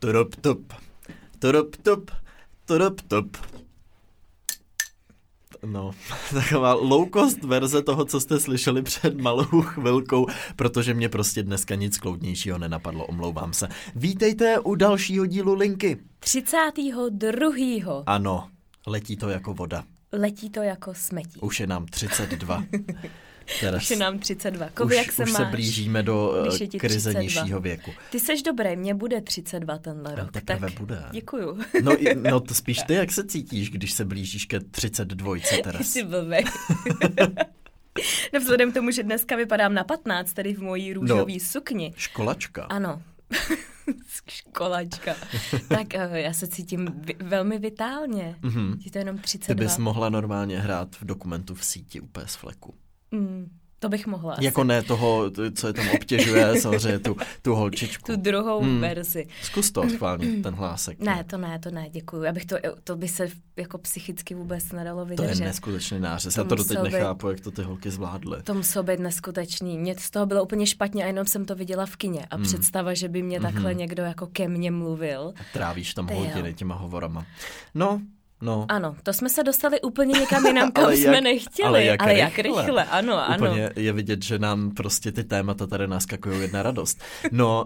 Turup tup, turup tup, turup tup. No, taková low-cost verze toho, co jste slyšeli před malou chvilkou, protože mě prostě dneska nic kloudnějšího nenapadlo, omlouvám se. Vítejte u dalšího dílu Linky. 32. Ano, letí to jako voda. Letí to jako smetí. Už je nám 32. Už je nám 32. Kovi, jak se už máš? se blížíme do krize 32. nižšího věku. Ty seš dobrý, mně bude 32 tenhle rok. Teprve bude. Děkuju. No to spíš ty, jak se cítíš, když se blížíš ke 32 teraz? Jsi blbej. No vzhledem k tomu, že dneska vypadám na 15, tady v mojí růžové sukni. Školačka. Ano. Školačka. Tak já se cítím velmi vitálně. Mm-hmm. Je to jenom 32. Ty bys mohla normálně hrát v dokumentu v síti úplně z fleku. To bych mohla asi. Jako ne toho, co je tam obtěžuje, samozřejmě tu holčičku. Tu druhou verzi. Zkus to schválně, ten hlásek. Ne, to ne, děkuju. To by se jako psychicky vůbec nedalo vydržet. To je neskutečný nářez. Já to doteď nechápu, jak to ty holky zvládly. To muselo být neskutečný. Mně z toho bylo úplně špatně a jenom jsem to viděla v kině. A představa, že by mě takhle někdo jako ke mně mluvil. A trávíš tam hodiny těma hovorama. No. Ano, to jsme se dostali úplně někam jinam, kam jsme nechtěli. Ale jak rychle, ano. Úplně je vidět, že nám prostě ty témata tady naskakují jedna radost. No,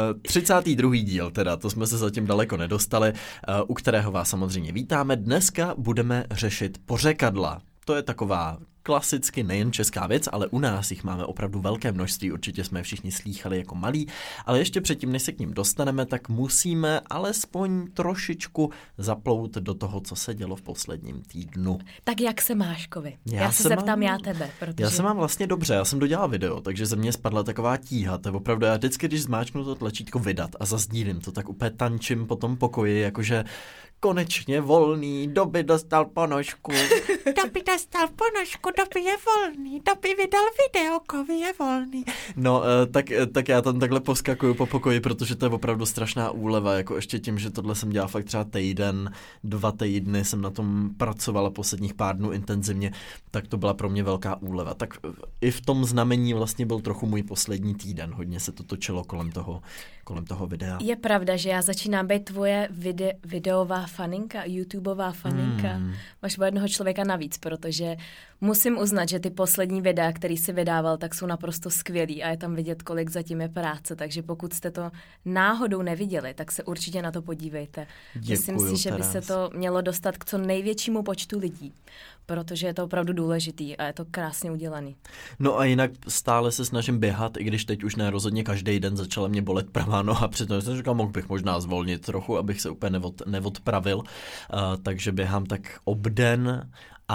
32. díl teda, to jsme se zatím daleko nedostali, u kterého vás samozřejmě vítáme. Dneska budeme řešit pořekadla. To je taková klasicky nejen česká věc, ale u nás jich máme opravdu velké množství, určitě jsme je všichni slýchali jako malí, ale ještě předtím, než se k ním dostaneme, tak musíme alespoň trošičku zaplout do toho, co se dělo v posledním týdnu. Tak jak se máš, Kovi? Já se zeptám já tebe. Protože... Já se mám vlastně dobře, já jsem dodělal video, takže ze mě spadla taková tíha, to je opravdu, já vždycky, když zmáčknu to tlačítko vydat a zazdílím to, tak úplně tančím po tom pokoji, jakože konečně volný, Doby dostal ponožku. Doby dostal ponožku, Doby je volný, Doby vydal video, Kovi je volný. No, tak já tam takhle poskakuju po pokoji, protože to je opravdu strašná úleva, jako ještě tím, že tohle jsem dělal fakt třeba týden, 2 týdny jsem na tom pracovala posledních pár dnů intenzivně, tak to byla pro mě velká úleva. Tak i v tom znamení vlastně byl trochu můj poslední týden, hodně se to točilo kolem toho videa. Je pravda, že já začínám být tvoje videová faninka, YouTubeová faninka. Máš o jednoho člověka navíc, protože musím uznat, že ty poslední videa, který jsi vydával, tak jsou naprosto skvělý a je tam vidět, kolik zatím je práce, takže pokud jste to náhodou neviděli, tak se určitě na to podívejte. Myslím si, že by se to mělo dostat k co největšímu počtu lidí, protože je to opravdu důležitý a je to krásně udělaný. No a jinak stále se snažím běhat, i když teď už ne rozhodně každý den začala mě bolet pravá noha, přitom jsem říkal, mohl bych možná zvolnit trochu, abych se úplně neodpravil, takže běhám tak obden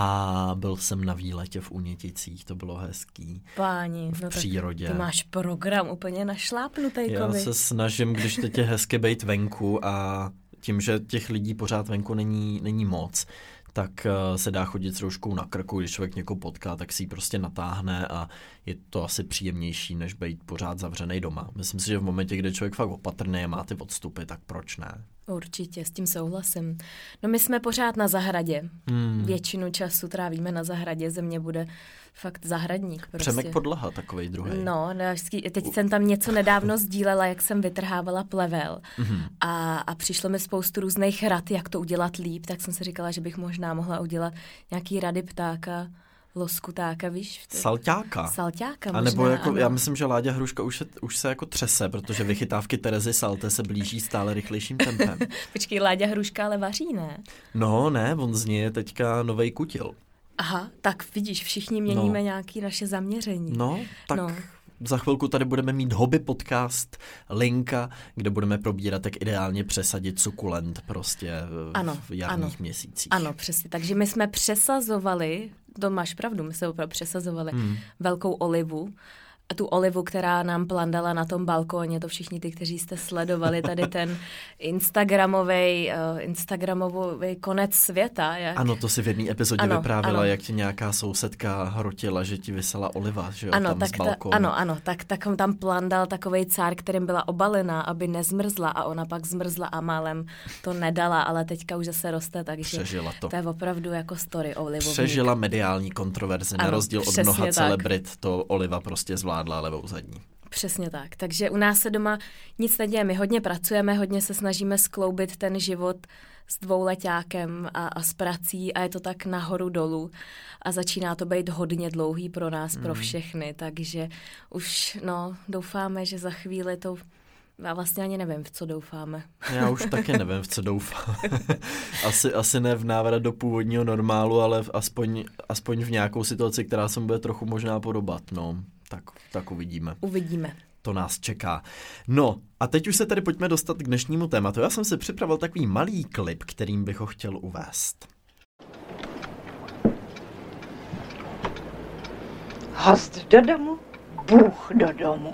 a byl jsem na výletě v Uněticích, to bylo hezký. Páni, v přírodě. Ty máš program úplně našlápnutej, Já se snažím, když teď je hezky bejt venku a tím, že těch lidí pořád venku není moc, tak se dá chodit s rouškou na krku, když člověk někoho potká, tak si ji prostě natáhne a je to asi příjemnější, než být pořád zavřenej doma. Myslím si, že v momentě, kdy člověk fakt opatrný a má ty odstupy, tak proč ne? Určitě, s tím souhlasím. No my jsme pořád na zahradě. Většinu času trávíme na zahradě, země bude fakt zahradník. Prostě. Přemek Podlaha, takovej druhý. No, teď jsem tam něco nedávno sdílela, jak jsem vytrhávala plevel a přišlo mi spoustu různých rad, jak to udělat líp, tak jsem si říkala, že bych možná mohla udělat nějaký rady ptáka, loskutáka, víš? Salťáka. Salťáka možná, a nebo jako, ano. Já myslím, že Láďa Hruška už se jako třese, protože vychytávky Terezy Salte se blíží stále rychlejším tempem. Počkej, Láďa Hruška ale vaří, ne? No ne, on z něj je teďka novej kutil. Aha, tak vidíš, všichni měníme nějaké naše zaměření. No, tak za chvilku tady budeme mít hobby podcast Linka, kde budeme probírat, jak ideálně přesadit sukulent prostě v jarních měsících. Ano, přesně. Takže my jsme přesazovali, to máš pravdu, my jsme opravdu přesazovali velkou olivu. A tu olivu, která nám plandala na tom balkóně, to všichni ty, kteří jste sledovali tady ten instagramový konec světa. Ano, to si v jedné epizodě vyprávila, jak ti nějaká sousedka hrotila, že ti visela oliva, že jo, tam z balkónu. Tak tam plandal takovej cár, kterým byla obalená, aby nezmrzla a ona pak zmrzla a málem to nedala, ale teďka už zase roste, takže přežila to. To je opravdu jako story olivovník. Přežila mediální kontroverzi, na rozdíl od mnoha celebrit, to oliva prostě zvládla levou zadní. Přesně tak. Takže u nás se doma nic neděje. My hodně pracujeme, hodně se snažíme skloubit ten život s dvouleťákem a s prací a je to tak nahoru dolů. A začíná to být hodně dlouhý pro nás, pro všechny. Takže už doufáme, že za chvíli to... Já vlastně ani nevím, v co doufáme. Já už taky nevím, v co doufám. asi ne v návrat do původního normálu, ale aspoň v nějakou situaci, která se bude trochu možná podobat. No, tak uvidíme. Uvidíme. To nás čeká. No, a teď už se tady pojďme dostat k dnešnímu tématu. Já jsem si připravil takový malý klip, kterým bych ho chtěl uvést. Host do domu, Bůh do domu.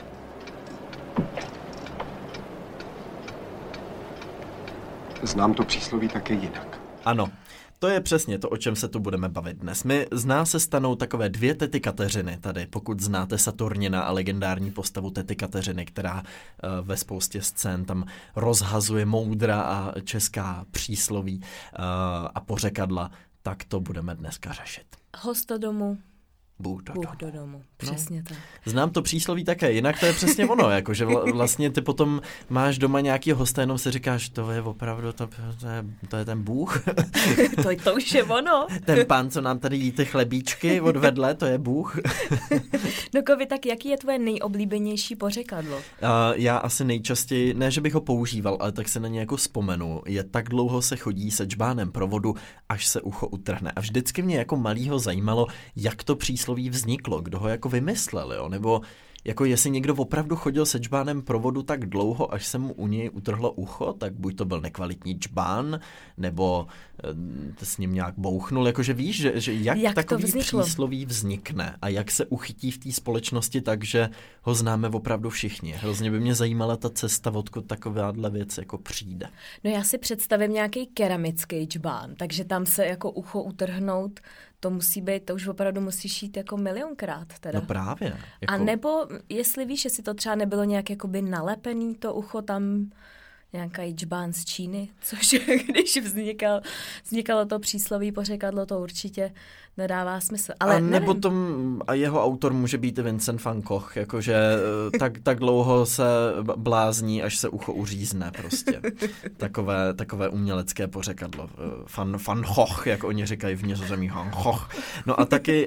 Znám to přísloví také jinak. Ano, to je přesně to, o čem se tu budeme bavit dnes. Z nás se stanou takové dvě tety Kateřiny tady, pokud znáte Saturnina a legendární postavu tety Kateřiny, která ve spoustě scén tam rozhazuje moudra a česká přísloví a pořekadla, tak to budeme dneska řešit. Host do domu, Bůh do domu. Přesně tak. Znám to přísloví také, jinak to je přesně ono, jakože vlastně ty potom máš doma nějaký hosta, jenom si říkáš, to je opravdu, to je ten Bůh. to už je ono. Ten pán, co nám tady jí ty chlebíčky odvedle, to je Bůh. No Kovi, tak jaký je tvoje nejoblíbenější pořekadlo? Já asi nejčastěji, ne, že bych ho používal, ale tak se na ně jako vzpomenu. Je tak dlouho se chodí se džbánem pro vodu, až se ucho utrhne. A vždycky mě jako malýho zajímalo, jak to přísloví vzniklo, kdo ho jako vymyslel, jo? Nebo jako jestli někdo opravdu chodil se džbánem pro vodu tak dlouho, až se mu u něj utrhlo ucho, tak buď to byl nekvalitní džbán, nebo s ním nějak bouchnul, jakože víš, že jak takový přísloví vznikne a jak se uchytí v té společnosti, takže ho známe opravdu všichni. Hrozně by mě zajímala ta cesta, odkud takováhle věc jako přijde. No já si představím nějaký keramický džbán, takže tam se jako ucho utrhnout, to musí být, to už opravdu musíš jít jako milionkrát teda. No právě. Jako... A nebo, jestli víš, jestli to třeba nebylo nějak jakoby nalepený to ucho tam, nějaký džbán z Číny, což když vznikalo to přísloví pořekadlo, to určitě nedává smysl. Ale nebo a jeho autor může být Vincent van Gogh, jakože tak dlouho se blázní, až se ucho uřízne prostě. Takové umělecké pořekadlo. Van Gogh, jak oni říkají v Nizozemí, Van Gogh. No a taky...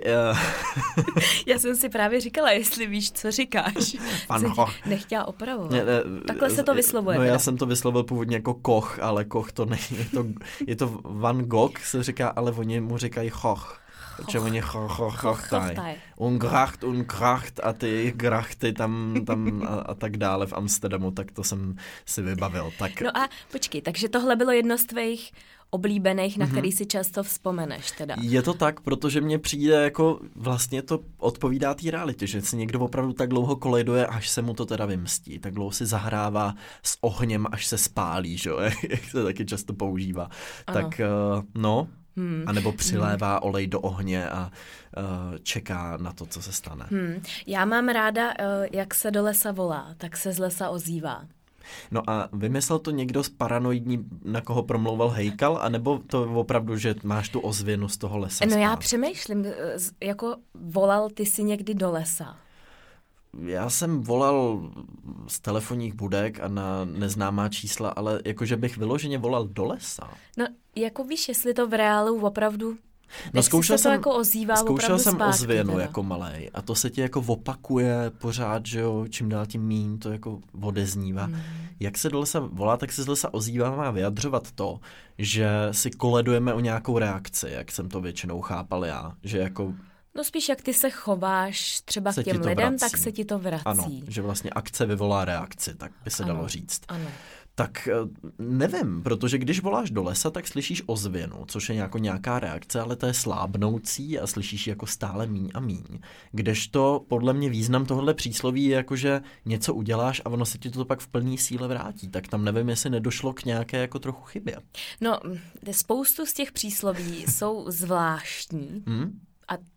Já jsem si právě říkala, jestli víš, co říkáš. Van Gogh. Nechtěla opravovat. Ne, takhle se to vyslovuje. No já jsem to vyslovil původně jako Koch, ale Koch to není. Je to Van Gogh, se říká, ale oni mu říkají Choch. Protože oni chochtaj. Ungracht a ty grachty tam a tak dále v Amsterdamu, tak to jsem si vybavil. Tak... No a počkej, takže tohle bylo jedno z tvých oblíbených, na který si často vzpomeneš teda. Je to tak, protože mně přijde jako vlastně to odpovídá té realitě, že si někdo opravdu tak dlouho kolejduje, až se mu to teda vymstí. Tak dlouho si zahrává s ohněm, až se spálí, že? Jak se taky často používá. Ano. Tak no... A nebo přilévá olej do ohně a čeká na to, co se stane. Já mám ráda, jak se do lesa volá, tak se z lesa ozývá. No a vymyslel to někdo z paranoidní, na koho promlouval Hejkal, anebo to opravdu, že máš tu ozvěnu z toho lesa? No já přemýšlím, jako volal ty si někdy do lesa? Já jsem volal z telefonních budek a na neznámá čísla, ale jakože bych vyloženě volal do lesa. No, jako víš, jestli to v reálu opravdu... No zkoušel jsem, jako ozývá ozvěnu teda. jako malej a to se ti jako opakuje pořád, že jo, čím dál tím míň to jako odeznívá. Jak se do lesa volá, tak se z lesa ozývá, má vyjadřovat to, že si koledujeme o nějakou reakci, jak jsem to většinou chápal já, že jako... No spíš jak ty se chováš třeba k těm lidem, tak se ti to vrací. Ano, že vlastně akce vyvolá reakci, tak by se dalo říct. Ano. Tak nevím, protože když voláš do lesa, tak slyšíš ozvěnu, což je nějaká reakce, ale to je slábnoucí a slyšíš jako stále míň a míň. Kdežto podle mě význam tohohle přísloví je jako, že něco uděláš a ono se ti to pak v plný síle vrátí. Tak tam nevím, jestli nedošlo k nějaké jako trochu chybě. No, spoustu z těch přísloví jsou zvláštní. A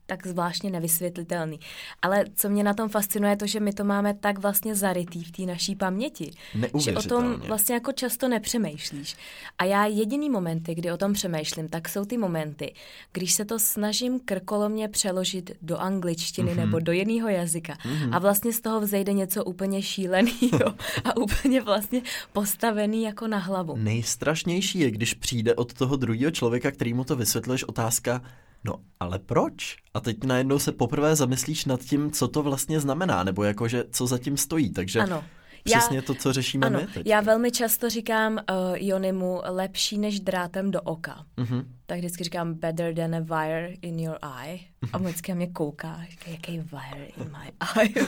tak zvláštně nevysvětlitelný. Ale co mě na tom fascinuje, je to, že my to máme tak vlastně zarytý v té naší paměti. Že o tom vlastně jako často nepřemýšlíš. A já jediný momenty, kdy o tom přemýšlím, tak jsou ty momenty, když se to snažím krkolomně přeložit do angličtiny nebo do jiného jazyka. A vlastně z toho vzejde něco úplně šíleného a úplně vlastně postavený jako na hlavu. Nejstrašnější je, když přijde od toho druhého člověka, který mu to vysvětluješ, otázka, no ale proč? A teď najednou se poprvé zamyslíš nad tím, co to vlastně znamená, nebo jakože co za tím stojí, takže ano. přesně to, co řešíme my teď. Já velmi často říkám Jonimu lepší než drátem do oka. Tak vždycky říkám better than a wire in your eye. A vždycky mě kouká, říká, jaký wire in my eye.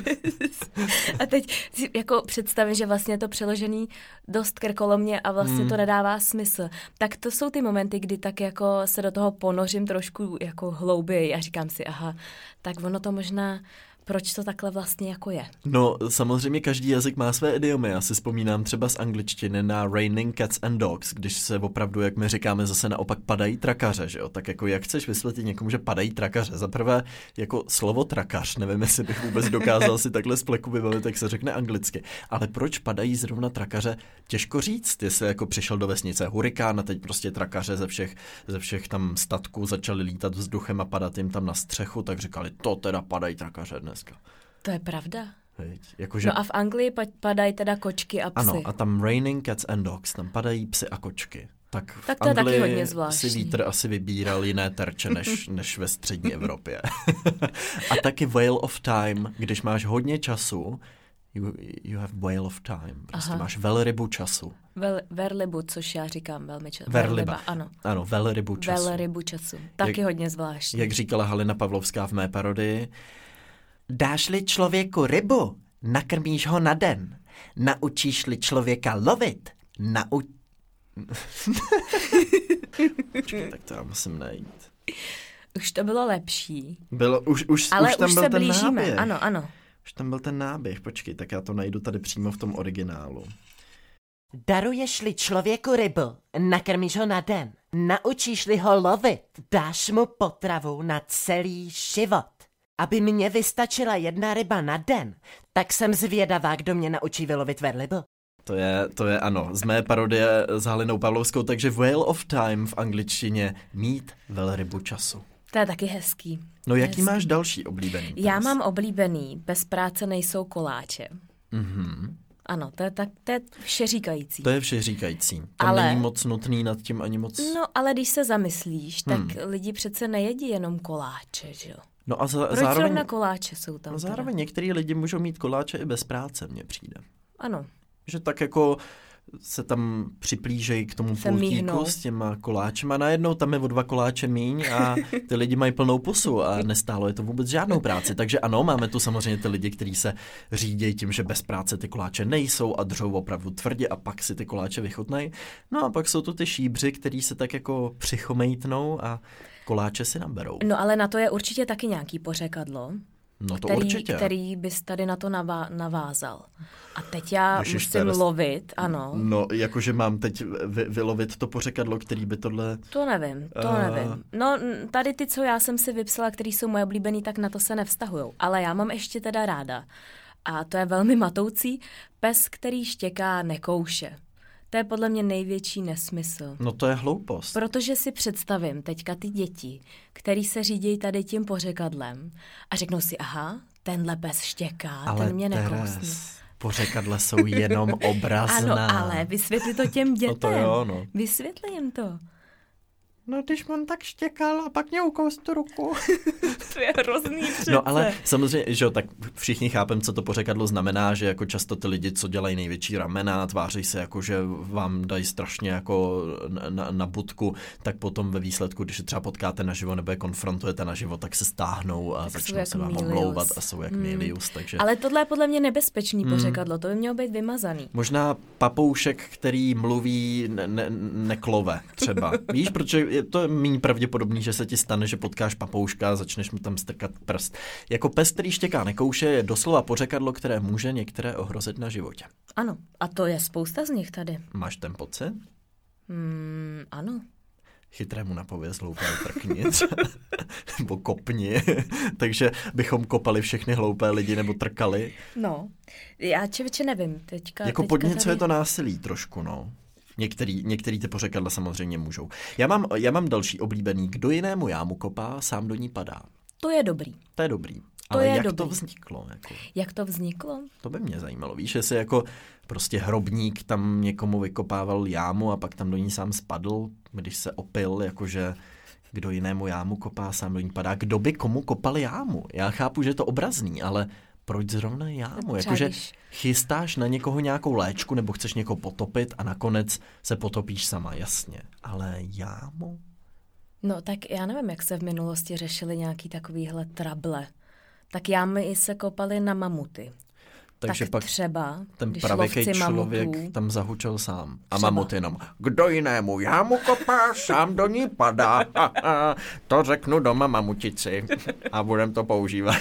A teď si jako představím, že vlastně je to přeložený dost krkolomně a vlastně to nedává smysl. Tak to jsou ty momenty, kdy tak jako se do toho ponořím trošku jako hlouběji a říkám si, aha, tak ono to možná... Proč to takhle vlastně jako je? No, samozřejmě každý jazyk má své idiomy. Já si vzpomínám třeba z angličtiny na Raining Cats and Dogs, když se opravdu, jak my říkáme, zase naopak padají trakaře, že jo? Tak jako jak chceš vysvětlit někomu, že padají trakaře? Za prvé, jako slovo trakař, nevím, jestli bych vůbec dokázal si takhle z pleku vybavit, jak se řekne anglicky. Ale proč padají zrovna trakaře? Těžko říct, jestli jako přišel do vesnice hurikán a teď prostě trakaře ze všech tam statků začali lítat vzduchem a padat jim tam na střechu, tak říkali, to teda padají trakaře dneska. To je pravda. Jakože... No a v Anglii padají teda kočky a psy. Ano, a tam Raining Cats and Dogs, tam padají psy a kočky. Tak v to je Anglii taky hodně zvláštní. si vítr asi vybíral jiné terče než ve střední Evropě. A taky Whale of Time, když máš hodně času, you have whale of time. Prostě máš velrybu času. Verlibu, což já říkám velmi často. Verliba, ano. Ano, velrybu času. Velrybu času. Taky hodně zvláštní. Jak říkala Halina Pavlovská v mé parodii, dáš-li člověku rybu, nakrmíš ho na den. Naučíš-li člověka lovit, Počkej, tak to já musím najít. Už to bylo lepší. Už tam byl ten náběh. Ano. Už tam byl ten náběh, počkej, tak já to najdu tady přímo v tom originálu. Daruješ-li člověku rybu, nakrmíš ho na den. Naučíš-li ho lovit, dáš mu potravu na celý život. Aby mě vystačila jedna ryba na den, tak jsem zvědavá, kdo mě naučí vylovit velrybu. To je ano, z mé parodie s Halinou Pavlovskou, takže Whale of Time v angličtině, mít velrybu času. To je taky hezký. No jaký máš další oblíbený? Já mám oblíbený, bez práce nejsou koláče. Ano, to je všeříkající. To je všeříkající. To není moc nutný nad tím ani moc... No, ale když se zamyslíš, tak lidi přece nejedí jenom koláče, že jo? No a Proč zároveň... zrovna koláče jsou tam? No zároveň některý lidi můžou mít koláče i bez práce, mně přijde. Ano. Že tak jako se tam připlížejí k tomu pultíku s těma koláčema. Najednou tam je o 2 koláče míň a ty lidi mají plnou pusu a nestálo je to vůbec žádnou práci. Takže ano, máme tu samozřejmě ty lidi, kteří se řídí tím, že bez práce ty koláče nejsou a držou opravdu tvrdě a pak si ty koláče vychutnají. No a pak jsou tu ty šíbři, kteří se tak jako přichomejtnou a koláče si naberou. No ale na to je určitě taky nějaký pořekadlo. No to určitě. Který bys tady na to navázal. A teď já musím lovit, ano. No, jakože mám teď vylovit to pořekadlo, který by tohle... To nevím. No, tady ty, co já jsem si vypsala, který jsou moje oblíbený, tak na to se nevztahujou. Ale já mám ještě teda ráda. A to je velmi matoucí. Pes, který štěká, nekouše. To je podle mě největší nesmysl. No to je hloupost. Protože si představím teďka ty děti, který se řídí tady tím pořekadlem a řeknou si, aha, tenhle pes štěká, ale ten mě nekousne. Pořekadla jsou jenom obrazná. Ano, ale vysvětli to těm dětem. No to jo, no. Vysvětli jim to. No, když on tak štěkal a pak mě ukous tu ruku. To je hrozný přece. No, ale samozřejmě, že jo, tak všichni chápem, co to pořekadlo znamená, že jako často ty lidi, co dělají největší ramena, tváří se jako, že vám dají strašně jako na budku, tak potom ve výsledku, když je třeba potkáte naživo nebo je konfrontujete naživo, tak se stáhnou a tak začnou se vám omlouvat a jsou jak Milius. Takže... Ale tohle je podle mě nebezpečný pořekadlo, to by mělo být vymazaný. Možná papoušek, který mluví neklove třeba. Víš, protože je to méně pravděpodobný, že se ti stane, že potkáš papouška a začneš mu tam strkat prst. Jako pes, který štěká, nekouše, je doslova pořekadlo, které může některé ohrozit na životě. Ano, a to je spousta z nich tady. Máš ten pocit? Ano. chytrému napověz hloupé trkni nebo kopni, takže bychom kopali všechny hloupé lidi nebo trkali. No, já čeveče nevím. Jako podněcuje to násilí trošku, no. Některý ty pořekadla samozřejmě můžou. Já mám další oblíbený. Kdo jinému jámu kopá, sám do ní padá. To je dobrý. To je dobrý. Ale jak to vzniklo? Jako? Jak to vzniklo? To by mě zajímalo. Víš, jestli jako prostě hrobník tam někomu vykopával jámu a pak tam do ní sám spadl, když se opil, jakože kdo jinému jámu kopá, sám do ní padá. Kdo by komu kopal jámu? Já chápu, že je to obrazný, ale proč zrovna jámu? Jakože chystáš na někoho nějakou léčku nebo chceš někoho potopit a nakonec se potopíš sama, jasně. Ale jámu? No tak já nevím, jak se v minulosti řešily nějaký takovýhle trable. Tak jámy se kopaly na mamuty. Takže tak pak třeba, ten pravěký člověk tam zahučel sám. A třeba. mamut jenom, kdo jinému jámu kopá, sám do ní padá. To řeknu doma mamutici a budem to používat.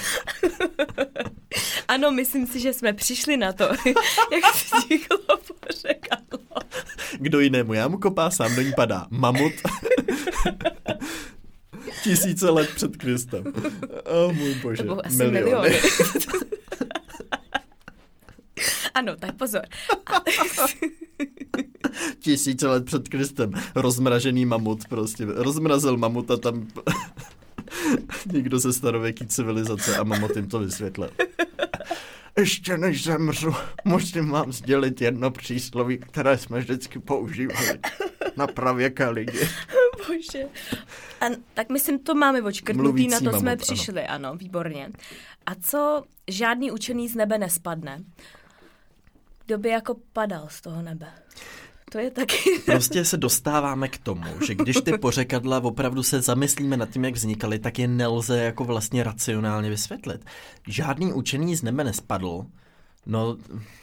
Ano, myslím si, že jsme přišli na to, jak vzniklo pořekadlo. Kdo jinému jámu kopá, sám do ní padá. Mamut. 1000 let před Kristem. Můj bože. To bylo asi miliony. Ano, tak pozor. 1000 let před Kristem. Rozmražený mamut prostě. Rozmrazil mamut a tam někdo ze starověké civilizace a mamut jim to vysvětlil. Ještě než zemřu, musím vám sdělit jedno přísloví, které jsme vždycky používali na pravěké lidi. Bože. Tak myslím, to máme očkrtnutý, na to mamut, jsme přišli, ano, výborně. A co žádný učený z nebe nespadne? Kdo by jako padal z toho nebe? To je taky... Prostě se dostáváme k tomu, že když ty pořekadla opravdu se zamyslíme nad tím, jak vznikaly, tak je nelze jako vlastně racionálně vysvětlit. Žádný učený z nebe nespadl, no...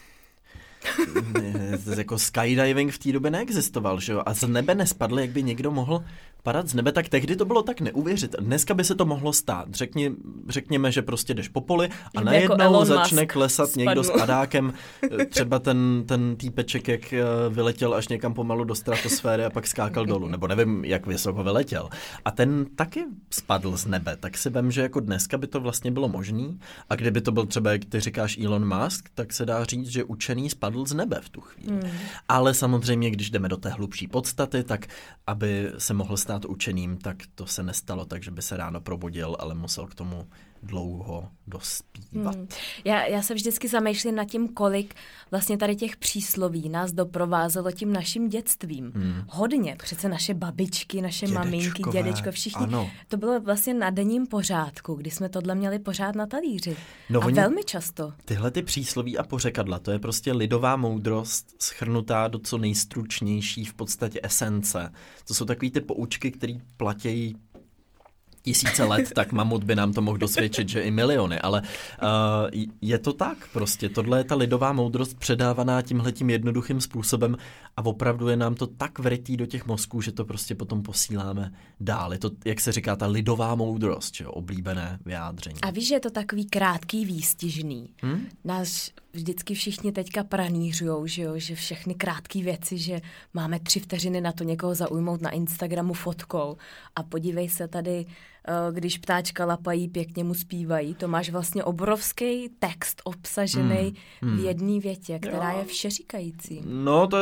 jako skydiving v té době neexistoval, že jo? A z nebe nespadl, jak by někdo mohl padat z nebe, tak tehdy to bylo tak neuvěřitelné. Dneska by se to mohlo stát. Řekněme, že prostě jdeš po poli a najednou jako začne klesat někdo s padákem. Třeba ten týpeček, jak vyletěl až někam pomalu do stratosféry a pak skákal dolů. Nebo nevím, jak vysoko vyletěl. A ten taky spadl z nebe. Tak si vem, že jako dneska by to vlastně bylo možný. A kdyby to byl třeba, jak ty říkáš, Elon Musk, tak se dá říct, že učený spadl z nebe v tu chvíli. Ale samozřejmě, když jdeme do té hlubší podstaty, tak aby se mohl stát učeným, tak to se nestalo, takže by se ráno probudil, ale musel k tomu dlouho dospívat. Já se vždycky zamýšlím nad tím, kolik vlastně tady těch přísloví nás doprovázelo tím naším dětstvím. Hodně. Přece naše babičky, naše maminky, dědečko, všichni. Ano. To bylo vlastně na denním pořádku, kdy jsme tohle měli pořád na talíři. No, a velmi často. Tyhle ty přísloví a pořekadla, to je prostě lidová moudrost shrnutá do co nejstručnější v podstatě esence. To jsou takový ty poučky, které platí 1000 let, tak mamut by nám to mohl dosvědčit, že i miliony, ale je to tak prostě. Tohle je ta lidová moudrost předávaná tímhletím jednoduchým způsobem a opravdu je nám to tak vrytý do těch mozků, že to prostě potom posíláme dál. Je to, jak se říká, ta lidová moudrost, že jo, oblíbené vyjádření. A víš, že je to takový krátký, výstižný. Nás vždycky všichni teďka pranířujou, že jo, že všechny krátké věci, že máme 3 vteřiny na to někoho zaujmout na Instagramu fotkou a podívej se tady, když ptáčka lapají, pěkně mu zpívají, to máš vlastně obrovský text obsažený v jedné větě, která je všeříkající. No, to je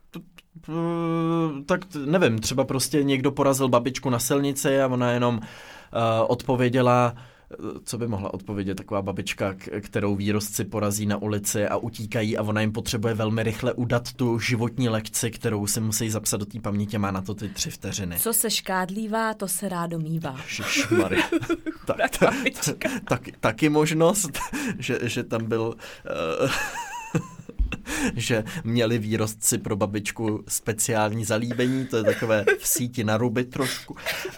tak nevím, třeba prostě někdo porazil babičku na silnici a ona jenom odpověděla, co by mohla odpovědět taková babička, kterou výrostci porazí na ulici a utíkají a ona jim potřebuje velmi rychle udat tu životní lekci, kterou si musí zapsat do té paměti, má na to ty 3 vteřiny. Co se škádlívá, to se rádo mívá. Ježišmarja. Taky možnost, že tam byl... že měli výrostci pro babičku speciální zalíbení, to je takové v síti na ruby trošku.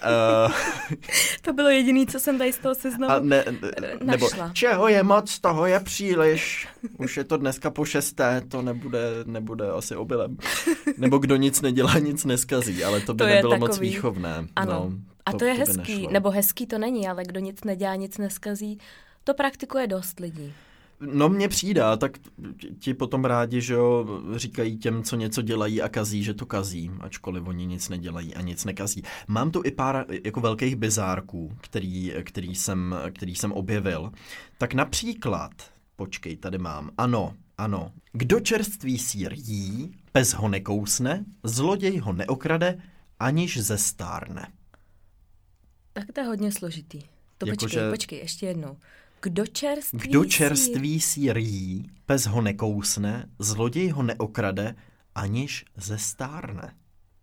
To bylo jediné, co jsem tady z toho seznamu nebo čeho je moc, toho je příliš. Už je to dneska po 6, to nebude asi obilem. Nebo kdo nic nedělá, nic neskazí, ale to by nebylo takový moc výchovné. Ano. No, a to je hezký, nebo hezký to není, ale kdo nic nedělá, nic neskazí, to praktikuje dost lidí. No mně přijde, tak ti potom rádi, že jo, říkají těm, co něco dělají a kazí, že to kazí, ačkoliv oni nic nedělají a nic nekazí. Mám tu i pár jako velkých bizárků, který jsem objevil. Tak například, počkej, tady mám, ano, kdo čerstvý sýr jí, pes ho nekousne, zloděj ho neokrade, aniž zestárne. Tak to je hodně složitý. To Jako počkej, ještě jednou. Kdo čerstvý sýr jí, pes ho nekousne, zloděj ho neokrade, aniž zestárne.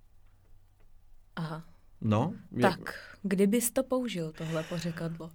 Aha. No? Tak, kdybys to použil, tohle pořekadlo?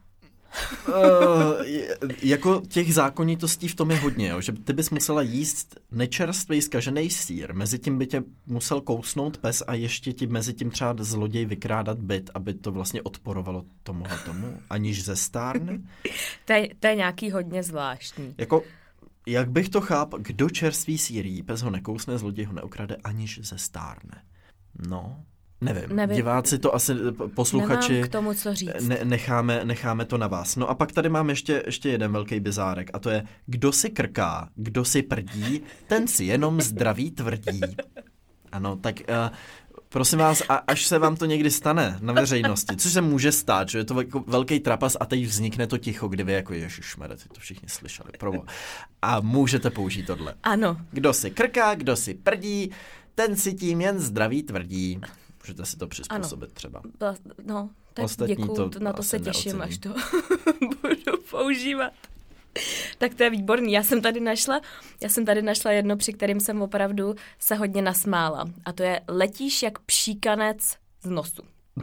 Jako těch zákonitostí v tom je hodně, jo? Že ty bys musela jíst nečerstvý zkažený sýr, mezi tím by tě musel kousnout pes a ještě ti mezi tím třeba zloděj vykrádat byt, aby to vlastně odporovalo tomu, aniž zestárne. To je nějaký hodně zvláštní. Jako, jak bych to chápal, kdo čerstvý sýr jí, pes ho nekousne, zloděj ho neokrade, aniž zestárne. No... Nevím, diváci to asi, posluchači, nemám k tomu co říct. Necháme to na vás. No a pak tady mám ještě jeden velký bizárek a to je, kdo si krká, kdo si prdí, ten si jenom zdraví tvrdí. Ano, tak prosím vás, až se vám to někdy stane na veřejnosti, což se může stát, že je to velký trapas a teď vznikne to ticho, kdy vy jako ježišmere, ty to všichni slyšeli, provo. A můžete použít tohle. Ano. Kdo si krká, kdo si prdí, ten si tím jen zdraví tvrdí. Můžete si to přizpůsobit třeba. No, tak ostatní děkuju, na to se těším, až to budu používat. Tak to je výborný. Já jsem tady našla jedno, při kterým jsem opravdu se hodně nasmála. A to je letíš jak pšíkanec z nosu.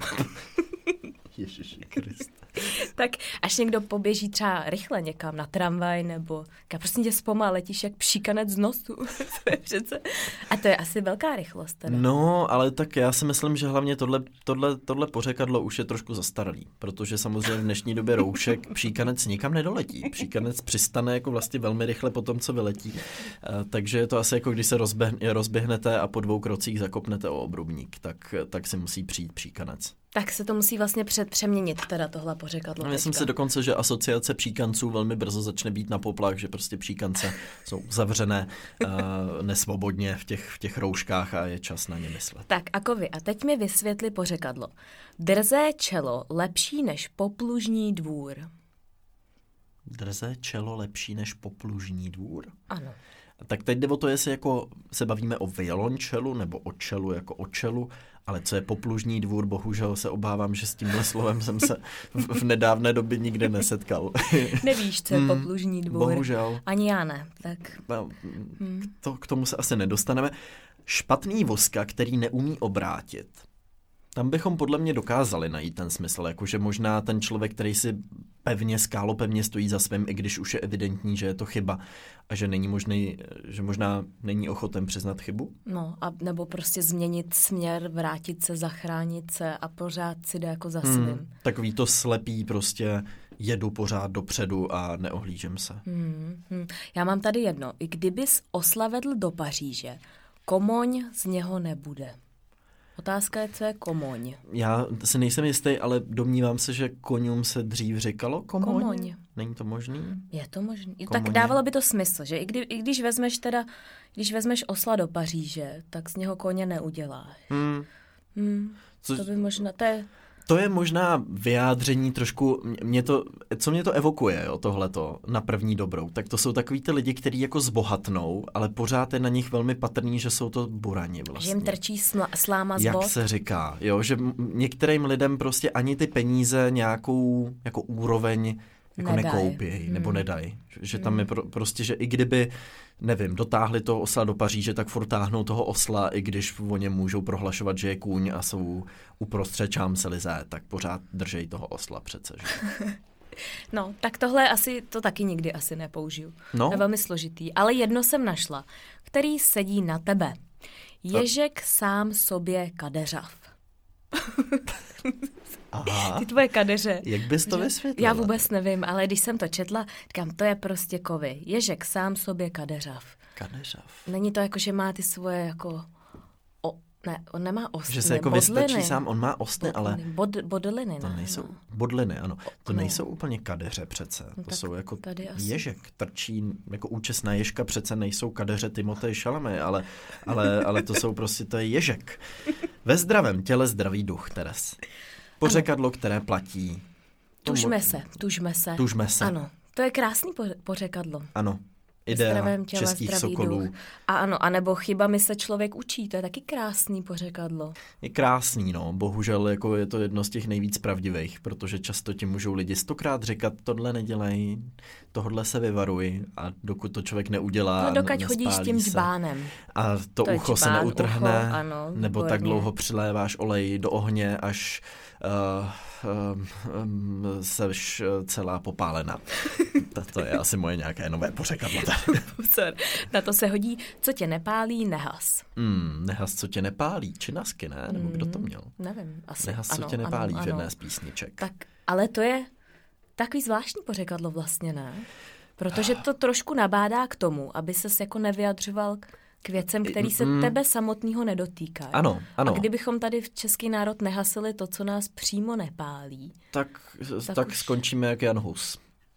Ježiši Kriste. Tak až někdo poběží třeba rychle někam na tramvaj, nebo prostě tě zpomal, letíš jak pšíkanec z nosu. A to je asi velká rychlost. Teda. No, ale tak já si myslím, že hlavně tohle pořekadlo už je trošku zastaralý, protože samozřejmě v dnešní době roušek pšíkanec nikam nedoletí. Pšíkanec přistane jako vlastně velmi rychle po tom, co vyletí. Takže je to asi jako když se rozběhnete a po 2 krocích zakopnete o obrubník, tak si musí přijít pšíkanec. Tak se to musí vlastně přeměnit teda tohle pořekadlo. No, myslím si dokonce, že asociace pšíkanců velmi brzo začne být na poplach, že prostě pšíkance jsou zavřené nesvobodně v těch rouškách a je čas na ně myslet. Tak Akovi, a teď mi vysvětli pořekadlo. Drzé čelo lepší než poplužní dvůr. Drzé čelo lepší než poplužní dvůr? Ano. Tak teď jde o to, jestli jako se bavíme o violončelu nebo o čelu jako o čelu, ale co je poplužní dvůr, bohužel se obávám, že s tímhle slovem jsem se v nedávné době nikde nesetkal. Nevíš, co je poplužní dvůr? Bohužel. Ani já ne. Tak. No, k tomu se asi nedostaneme. Špatný voska, který neumí obrátit. Tam bychom podle mě dokázali najít ten smysl, jakože možná ten člověk, který si skálopevně stojí za svým, i když už je evidentní, že je to chyba a že není možný, že možná není ochoten přiznat chybu. No, a nebo prostě změnit směr, vrátit se, zachránit se a pořád si jde jako za svým. Takový to slepý prostě jedu pořád dopředu a neohlížím se. Já mám tady jedno. I kdybys oslavedl do Paříže, komoň z něho nebude. Otázka je, co je komoň. Já si nejsem jistý, ale domnívám se, že koňům se dřív říkalo komoň. Není to možný? Je to možný. Tak dávalo by to smysl, že i když vezmeš osla do Paříže, tak z něho koně neuděláš. To by možná, To je možná vyjádření trošku, co mě to evokuje, jo, tohleto, na první dobrou, tak to jsou takový ty lidi, kteří jako zbohatnou, ale pořád je na nich velmi patrný, že jsou to burani vlastně. Že jim trčí sláma z bot. Jak se říká, jo, že některým lidem prostě ani ty peníze nějakou jako úroveň jako nekoupějí nebo nedají. Že tam je prostě, že i kdyby, nevím, dotáhli toho osla do Paříže, tak furt táhnou toho osla, i když o něm můžou prohlašovat, že je kůň a jsou uprostřed Champs-Élysées, tak pořád držej toho osla přece, že? No, tak tohle to taky nikdy asi nepoužiju. No. Je velmi složitý. Ale jedno jsem našla, který sedí na tebe. Ježek sám sobě kadeřav. Aha. Ty tvoje kadeře. Jak bys to vysvětlila? Já vůbec nevím, ale když jsem to četla, říkám, to je prostě kovy. Ježek sám sobě kadeřav. Kadeřav. Není to jako, že má ty svoje jako Ne, on nemá ostny, že se jako vystačí sám, on má ostny, ale... Bodliny, to ne? nejsou, No. bodliny, ano. To nejsou úplně kadeře přece. No To jsou jako asi. ježek, trčí, jako účesná ježka přece nejsou kadeře Timothée Chalamet, ale to jsou prostě, to je ježek. Ve zdravém těle zdravý duch, Teres. Pořekadlo, které platí. Tužme se. Ano, to je krásný pořekadlo. Ano. Idea českých sokolů. Duch. A ano, anebo chybami se člověk učí, to je taky krásný pořekadlo. Je krásný, no, bohužel jako je to jedno z těch nejvíc pravdivých, protože často ti můžou lidi 100krát říkat, tohle nedělej, tohle se vyvaruj a dokud to člověk neudělá, no, dokud chodíš s tím džbánem. A to ucho se neutrhne, ucho, ano, nebo tak dlouho přiléváš olej do ohně, až seš celá popálená. To je asi moje nějaké nové pořekadlo. Pozor, na to se hodí, co tě nepálí, nehas. Nehas, co tě nepálí, Činasky, ne? Nebo kdo to měl? Nevím, asi. Nehas, co tě nepálí, v jedné z písniček. Tak, ale to je takový zvláštní pořekadlo vlastně, ne? Protože to trošku nabádá k tomu, aby ses jako nevyjadřoval k věcem, který se tebe samotného nedotýká. Ano. A kdybychom tady v český národ nehasili to, co nás přímo nepálí, tak už... skončíme jak Jan Hus.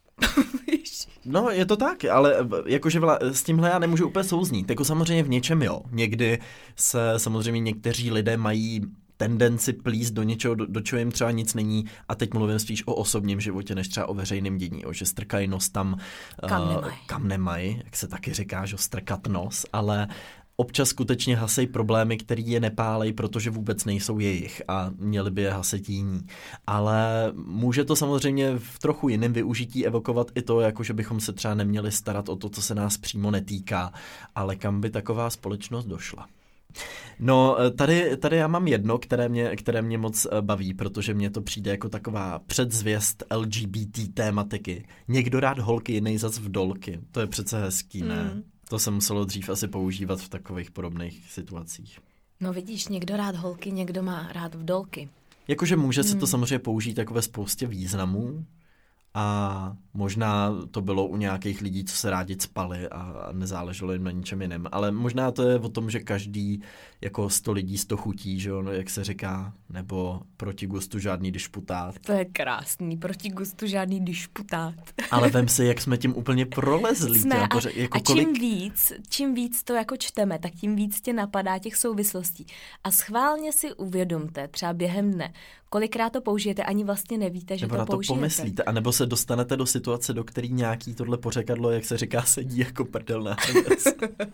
No, je to tak, ale jakože s tímhle já nemůžu úplně souznít. Jako samozřejmě v něčem jo. Někdy se samozřejmě někteří lidé mají tendenci plíst do něčeho, do čeho jim třeba nic není, a teď mluvím spíš o osobním životě, než třeba o veřejném dění, že strkají nos tam, kam nemají, jak se taky říká, že strkat nos, ale občas skutečně hasej problémy, který je nepálej, protože vůbec nejsou jejich a měli by je hasit jiní. Ale může to samozřejmě v trochu jiném využití evokovat i to, jako že bychom se třeba neměli starat o to, co se nás přímo netýká, ale kam by taková společnost došla. No, tady já mám jedno, které mě moc baví, protože mně to přijde jako taková předzvěst LGBT tématiky. Někdo rád holky, jiný zas vdolky. To je přece hezký, ne? To se muselo dřív asi používat v takových podobných situacích. No vidíš, někdo rád holky, někdo má rád vdolky. Jakože může se to samozřejmě použít jako ve spoustě významů. A možná to bylo u nějakých lidí, co se rádi cpali a nezáleželo jim na ničem jiném. Ale možná to je o tom, že každý jako 100 lidí 100 chutí, že on, jak se říká, nebo proti gustu žádný dišputát. To je krásný, proti gustu žádný dišputát. Ale vem si, jak jsme tím úplně prolezlí. Jsme, a čím víc to jako čteme, tak tím víc tě napadá těch souvislostí. A schválně si uvědomte, třeba během dne, kolikrát to použijete, ani vlastně nevíte, že nebo to použijete. Nebo na to pomyslíte, anebo se dostanete do situace, do který nějaký tohle pořekadlo, jak se říká, sedí jako prdel na hrnec.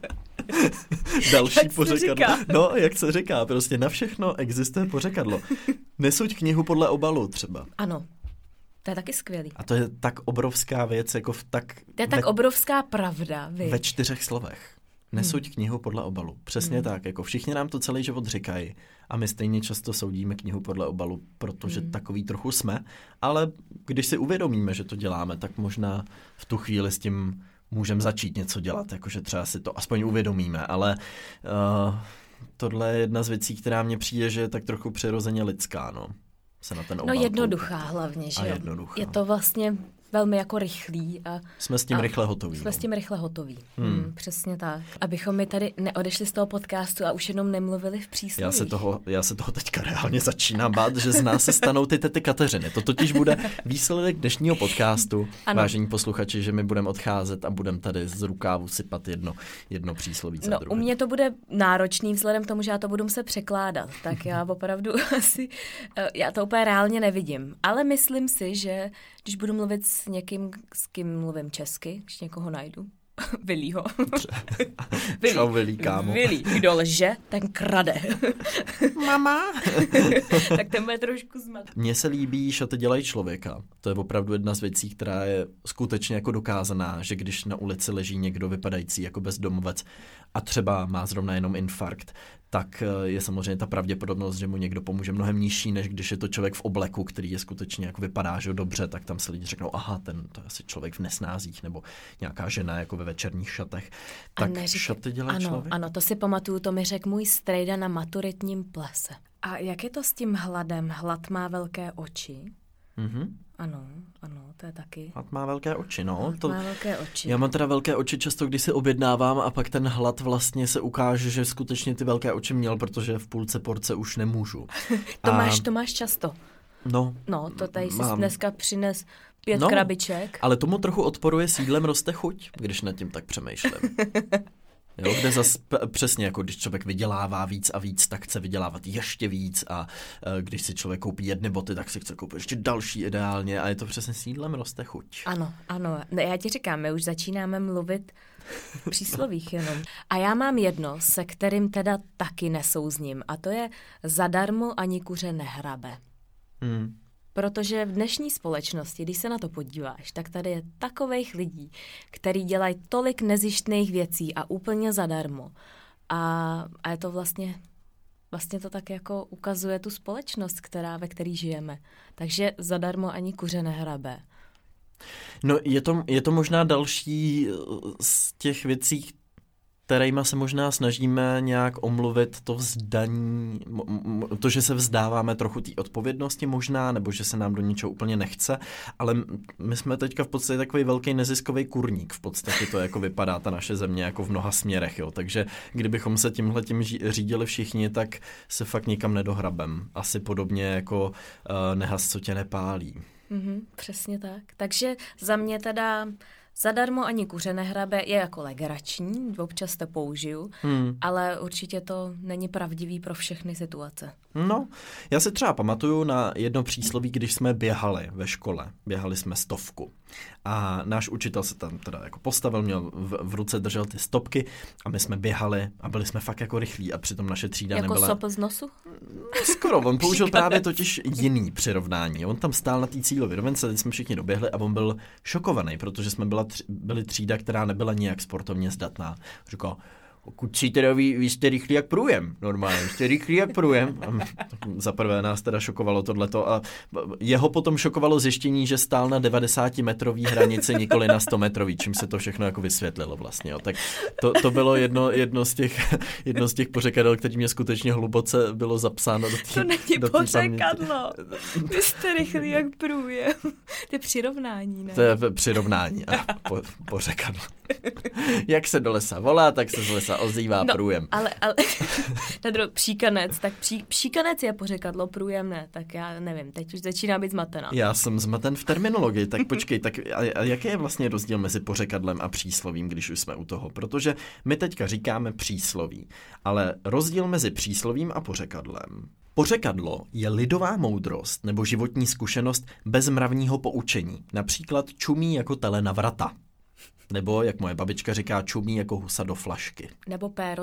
Další pořekadlo. No, jak se říká, prostě na všechno existuje pořekadlo. Nesuď knihu podle obalu třeba. Ano. To je taky skvělý. A to je tak obrovská věc, jako To je tak obrovská pravda, viď? Ve 4 slovech. Nesuď knihu podle obalu. Přesně tak, jako všichni nám to celý život říkají a my stejně často soudíme knihu podle obalu, protože takový trochu jsme, ale když si uvědomíme, že to děláme, tak možná v tu chvíli s tím můžeme začít něco dělat, jakože třeba si to aspoň uvědomíme, ale tohle je jedna z věcí, která mně přijde, že je tak trochu přirozeně lidská, no. Se na ten obal jednoduchá hlavně, že jo. Je to vlastně velmi jako rychlý. A jsme s tím rychle hotoví. Jsme s tím rychle hotoví. Přesně tak. Abychom mi tady neodešli z toho podcastu a už jenom nemluvili v příslovích. Já se toho teďka reálně začínám bát, že z nás se stanou ty tety Kateřiny. To totiž bude výsledek dnešního podcastu. Ano. Vážení posluchači, že my budeme odcházet a budeme tady z rukávu sypat jedno přísloví za druhé. U mě to bude náročný vzhledem k tomu, že já to budu muset překládat. Tak já opravdu asi, já to úplně reálně nevidím. Ale myslím si, že když budu mluvit s někým, s kým mluvím česky, když někoho najdu, Vilího. Čau, Vilí, kámo. Vilí, kdo lže, ten krade. Mama. Tak ten bude trošku zmat. Mně se líbí Šaty dělají člověka. To je opravdu jedna z věcí, která je skutečně jako dokázaná, že když na ulici leží někdo vypadající jako bezdomovec a třeba má zrovna jenom infarkt, tak je samozřejmě ta pravděpodobnost, že mu někdo pomůže mnohem nižší, než když je to člověk v obleku, který je skutečně jako vypadá, že dobře, tak tam se lidi řeknou, aha, to je asi člověk v nesnázích, nebo nějaká žena jako ve večerních šatech. Tak šaty dělají člověk. Ano, to si pamatuju, to mi řekl můj strejda na maturitním plese. A jak je to s tím hladem? Hlad má velké oči. Ano, to je taky. Hlad má velké oči, no. Má velké oči. Já mám teda velké oči často, když si objednávám a pak ten hlad vlastně se ukáže, že skutečně ty velké oči měl, protože v půlce porce už nemůžu. To máš často. No, to tady si dneska přines 5 krabiček. Ale tomu trochu odporuje s jídlem roste chuť, když nad tím tak přemýšlím. Jo, kde zase přesně jako když člověk vydělává víc a víc, tak chce vydělávat ještě víc a když si člověk koupí jedny boty, tak si chce koupit ještě další ideálně a je to přesně s jídlem roste chuť. Ano. No, já ti říkám, my už začínáme mluvit v příslovích jenom. A já mám jedno, se kterým teda taky nesouzním a to je zadarmo ani kuře nehrabe. Protože v dnešní společnosti, když se na to podíváš, tak tady je takových lidí, který dělají tolik nezištných věcí a úplně zadarmo. A je to vlastně to tak jako ukazuje tu společnost, ve které žijeme. Takže zadarmo ani kuře nehrabe. No je to možná další z těch věcí, kterýma se možná snažíme nějak omluvit to vzdání, to, že se vzdáváme trochu té odpovědnosti možná, nebo že se nám do ničeho úplně nechce, ale my jsme teďka v podstatě takový velký neziskový kurník, v podstatě to jako vypadá ta naše země jako v mnoha směrech, jo, takže kdybychom se tímhletím řídili všichni, tak se fakt nikam nedohrabem. Asi podobně jako nehas, co tě nepálí. Přesně tak. Takže za mě teda zadarmo ani kuře nehrabe je jako legrační, občas to použiju, ale určitě to není pravdivý pro všechny situace. No, já si třeba pamatuju na jedno přísloví, když jsme běhali ve škole. Běhali jsme 100. A náš učitel se tam teda jako postavil, měl v ruce držel ty stopky a my jsme běhali a byli jsme fakt jako rychlí a přitom naše třída jako nebyla... Jako sopl z nosu? Skoro, on použil právě totiž jiný přirovnání. On tam stál na té cílové rovence, teď jsme všichni doběhli a on byl šokovaný, protože jsme byli třída, která nebyla nijak sportovně zdatná. Říkal, kuci teda vy jste rychlí jak průjem, normálně, jste rychlí jak průjem. Za prvé nás teda šokovalo tohleto a jeho potom šokovalo zjištění, že stál na 90-metrový hranici, nikoli na 100-metrový, čím se to všechno jako vysvětlilo vlastně. Jo. Tak to bylo jedno z těch pořekadel, který mě skutečně hluboce bylo zapsáno do té To není pořekadlo. Vy jste rychlí jak průjem. To je přirovnání, ne? To je přirovnání a pořekadlo. Jak se do lesa volá, tak se z lesa ozývá průjem. Ale příkanec, tak příkanec je pořekadlo, průjem ne, tak já nevím, teď už začíná být zmatená. Já jsem zmaten v terminologii, tak počkej, tak a jaký je vlastně rozdíl mezi pořekadlem a příslovím, když už jsme u toho? Protože my teďka říkáme přísloví, ale rozdíl mezi příslovím a pořekadlem. Pořekadlo je lidová moudrost nebo životní zkušenost bez mravního poučení, například čumí jako tele na vrata. Nebo, jak moje babička říká, čumí jako husa do flašky. Nebo péro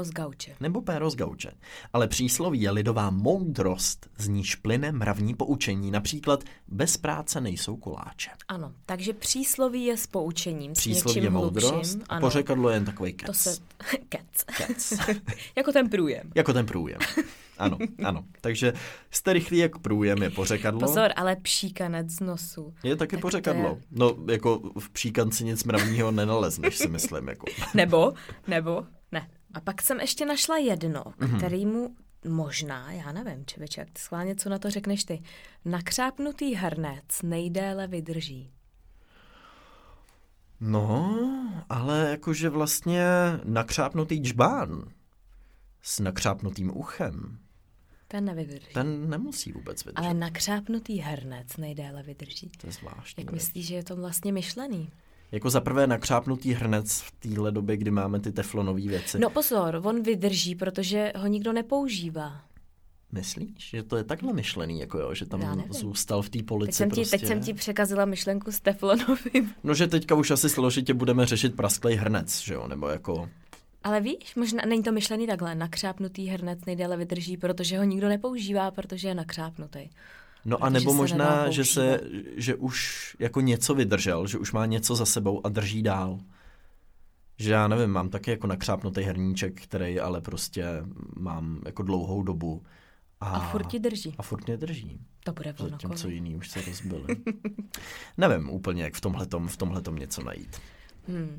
z gauče. Ale přísloví je lidová moudrost, z níž plyne mravní poučení. Například bez práce nejsou koláče. Ano, takže přísloví je s poučením, přísloví s něčím je moudrost hlubším. a pořekadlo je jen takový kec. Kec. Jako ten průjem. Ano. Takže jste rychlí jak průjem je pořekadlo. Pozor, ale příkanec z nosu. Je taky tak pořekadlo. No, jako v příkanci nic mravního nenalezneš, si myslím. Jako. Nebo, ne. A pak jsem ještě našla jedno, kterýmu možná, já nevím, člověče, jak ty schválně, co na to řekneš ty. Nakřápnutý hrnec nejdéle vydrží. No, ale jakože vlastně nakřápnutý džbán s nakřápnutým uchem. Ten nevydrží. Ten nemusí vůbec vydržet. Ale nakřápnutý hrnec nejdéle vydrží. To je zvláštní. Jak myslíš, že je to vlastně myšlený? Jako za prvé nakřápnutý hrnec v téhle době, kdy máme ty teflonové věci. No pozor, on vydrží, protože ho nikdo nepoužívá. Myslíš, že to je takhle myšlený, jako jo, že tam zůstal v té polici Teď jsem ti překazila myšlenku s teflonovým. No, že teďka už asi složitě budeme řešit prasklej hrnec, že jo, nebo jako... Ale víš, možná není to myšlený takhle, nakřápnutý hrnec nejdéle vydrží, protože ho nikdo nepoužívá, protože je nakřápnutý. No a nebo možná, že už jako něco vydržel, že už má něco za sebou a drží dál. Že já nevím, mám taky jako nakřápnutý hrníček, který ale prostě mám jako dlouhou dobu. A furt ti drží. A furt mě drží. To bude ono. Zatímco jiný už se rozbili. Nevím úplně, jak v tomhletom něco najít.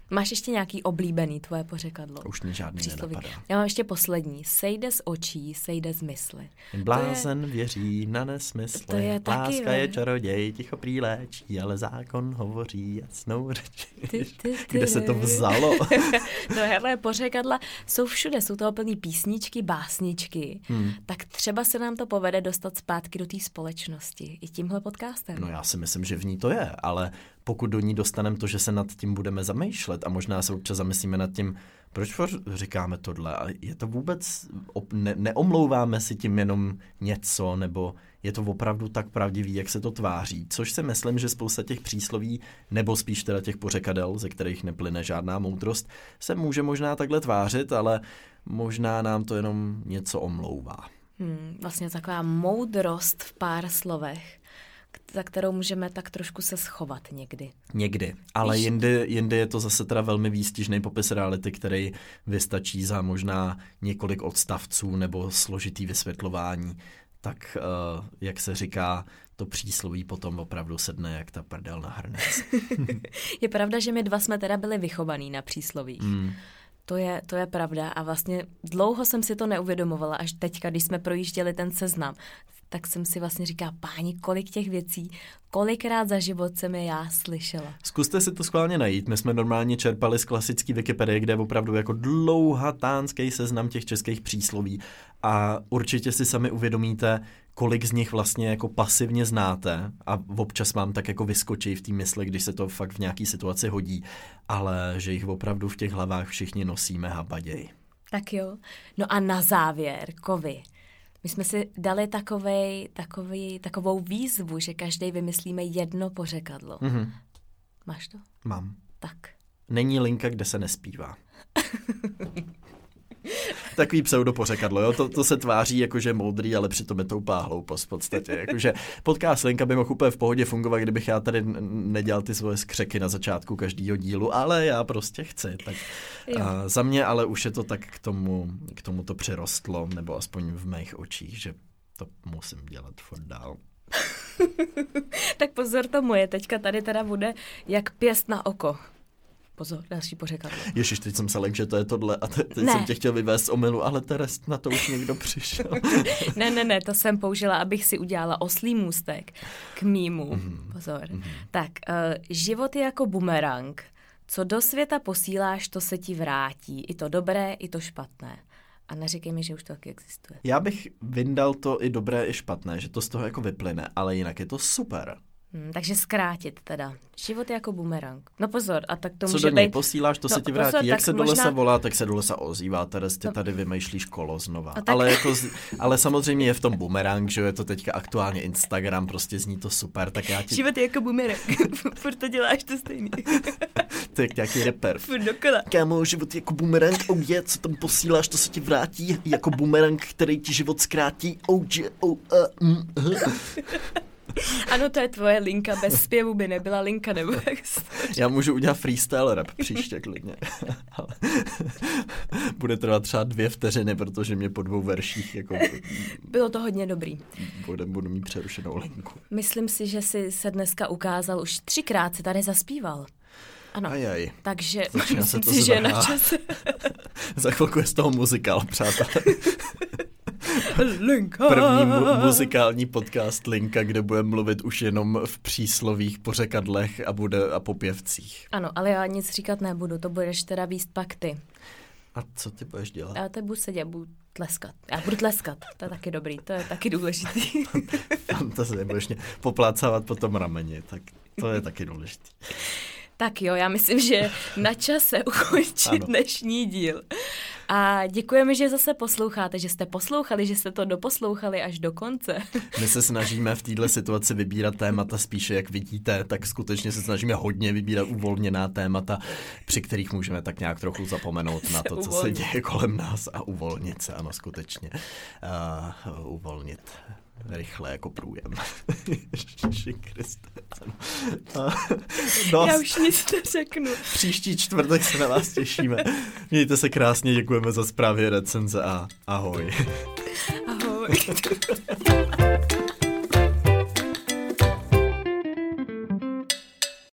Máš ještě nějaký oblíbený tvoje pořekadlo? Už mě žádný nenapadá. Já mám ještě poslední. Sejde z očí, sejde z mysli. Blázen věří na nesmysly. To je taky, láska je čaroděj, ticho prý léčí, ale zákon hovoří jasnou řečí. Kde se to vzalo? No hele, pořekadla jsou všude, jsou toho plný písničky, básničky. Tak třeba se nám to povede dostat zpátky do té společnosti i tímhle podcastem. No já si myslím, že v ní to je, ale pokud do ní dostaneme to, že se nad tím budeme zamýšlet a možná se občas zamyslíme nad tím, proč říkáme tohle a je to vůbec, neomlouváme si tím jenom něco, nebo je to opravdu tak pravdivý, jak se to tváří, což si myslím, že spousta těch přísloví, nebo spíš teda těch pořekadel, ze kterých neplyne žádná moudrost, se může možná takhle tvářit, ale možná nám to jenom něco omlouvá. Vlastně taková moudrost v pár slovech, za kterou můžeme tak trošku se schovat někdy. Někdy, ale jindy je to zase teda velmi výstižný popis reality, který vystačí za možná několik odstavců nebo složitý vysvětlování. Tak, jak se říká, to přísloví potom opravdu sedne jak ta prdel na hrnec. Je pravda, že my dva jsme teda byli vychovaní na příslovích. To je pravda a vlastně dlouho jsem si to neuvědomovala, až teďka, když jsme projížděli ten seznam, tak jsem si vlastně říkala, páni, kolik těch věcí, kolikrát za život jsem je já slyšela. Zkuste si to schválně najít. My jsme normálně čerpali z klasické Wikipedie, kde je opravdu jako dlouhatánský seznam těch českých přísloví a určitě si sami uvědomíte, kolik z nich vlastně jako pasivně znáte a občas vám tak jako vyskočí v té mysli, když se to fakt v nějaký situaci hodí, ale že jich opravdu v těch hlavách všichni nosíme habaděj. Tak jo. No a na závěr, kovy. My jsme si dali takovou výzvu, že každý vymyslíme jedno pořekadlo. Máš to? Mám. Tak. Není linka, kde se nespívá. Takový pseudopořekadlo, jo? To se tváří jakože moudrý, ale přitom je to úplná hloupost v podstatě. Jakože podcast Linka by mohl úplně v pohodě fungovat, kdybych já tady nedělal ty svoje skřeky na začátku každého dílu, ale já prostě chci. Tak za mě ale už je to tak k tomu to přirostlo, nebo aspoň v mých očích, že to musím dělat furt dál. Tak pozor, to moje teďka tady teda bude jak pěst na oko. Pozor, další pořekadlo. Ježiš, teď jsem se lek, že to je tohle a teď jsem tě chtěl vyvést z omylu, ale Terest, na to už někdo přišel. Ne, to jsem použila, abych si udělala oslý můstek k mýmu. Pozor. Tak, život je jako bumerang. Co do světa posíláš, to se ti vrátí. I to dobré, i to špatné. A neříkej mi, že už to taky existuje. Já bych vyndal to i dobré, i špatné, že to z toho jako vyplyne, ale jinak je to super. Takže zkrátit teda. Život je jako bumerang. No pozor, a tak to co může do něj být... posíláš, to se ti vrátí. Jak se do lesa volá, tak se do lesa ozývá. Teres, ty tady vymýšlíš kolo znova. Tak... Ale samozřejmě je v tom bumerang, že je to teďka aktuálně Instagram, prostě zní to super, tak já ti... Život je jako bumerang. Furt to děláš to stejný. To je nějaký rapper. Furt dokola. Kámo, život je jako bumerang, co tam posíláš, to se ti vrátí. Jako bumerang, který ti život zkrátí. Ano, to je tvoje linka, bez zpěvu by nebyla linka, nebo jak já můžu udělat freestyle rap příště klidně. Ale bude trvat třeba 2 vteřiny, protože mě po 2 verších jako... Bylo to hodně dobrý. Budu mít přerušenou linku. Myslím si, že jsi se dneska ukázal, už 3krát si tady zaspíval. Ano, Ajaj. takže začíná myslím si, že je na čase. Za chvilku je z toho muzikál, přátelé. Linka. První muzikální podcast Linka, kde budeme mluvit už jenom v příslovích, pořekadlech a popěvcích. Ano, ale já nic říkat nebudu, to budeš teda víst pak ty. A co ty budeš dělat? Já teď budu sedět, budu tleskat. Já budu tleskat, to je taky dobrý, to je taky důležitý. Fantazie, budeš mě poplácávat po tom rameni, tak to je taky důležitý. Tak jo, já myslím, že na čase ukončit dnešní díl. A děkujeme, že zase posloucháte, že jste poslouchali, že jste to doposlouchali až do konce. My se snažíme v této situaci vybírat témata spíše, jak vidíte, tak skutečně se snažíme hodně vybírat uvolněná témata, při kterých můžeme tak nějak trochu zapomenout na to, co se děje kolem nás a uvolnit se, ano, skutečně. Uvolnit rychle jako průjem. Ježiši Kriste. Já už nic neřeknu. Příští čtvrtek se na vás těšíme. Mějte se krásně, děkujeme za zprávy, recenze a ahoj. Ahoj.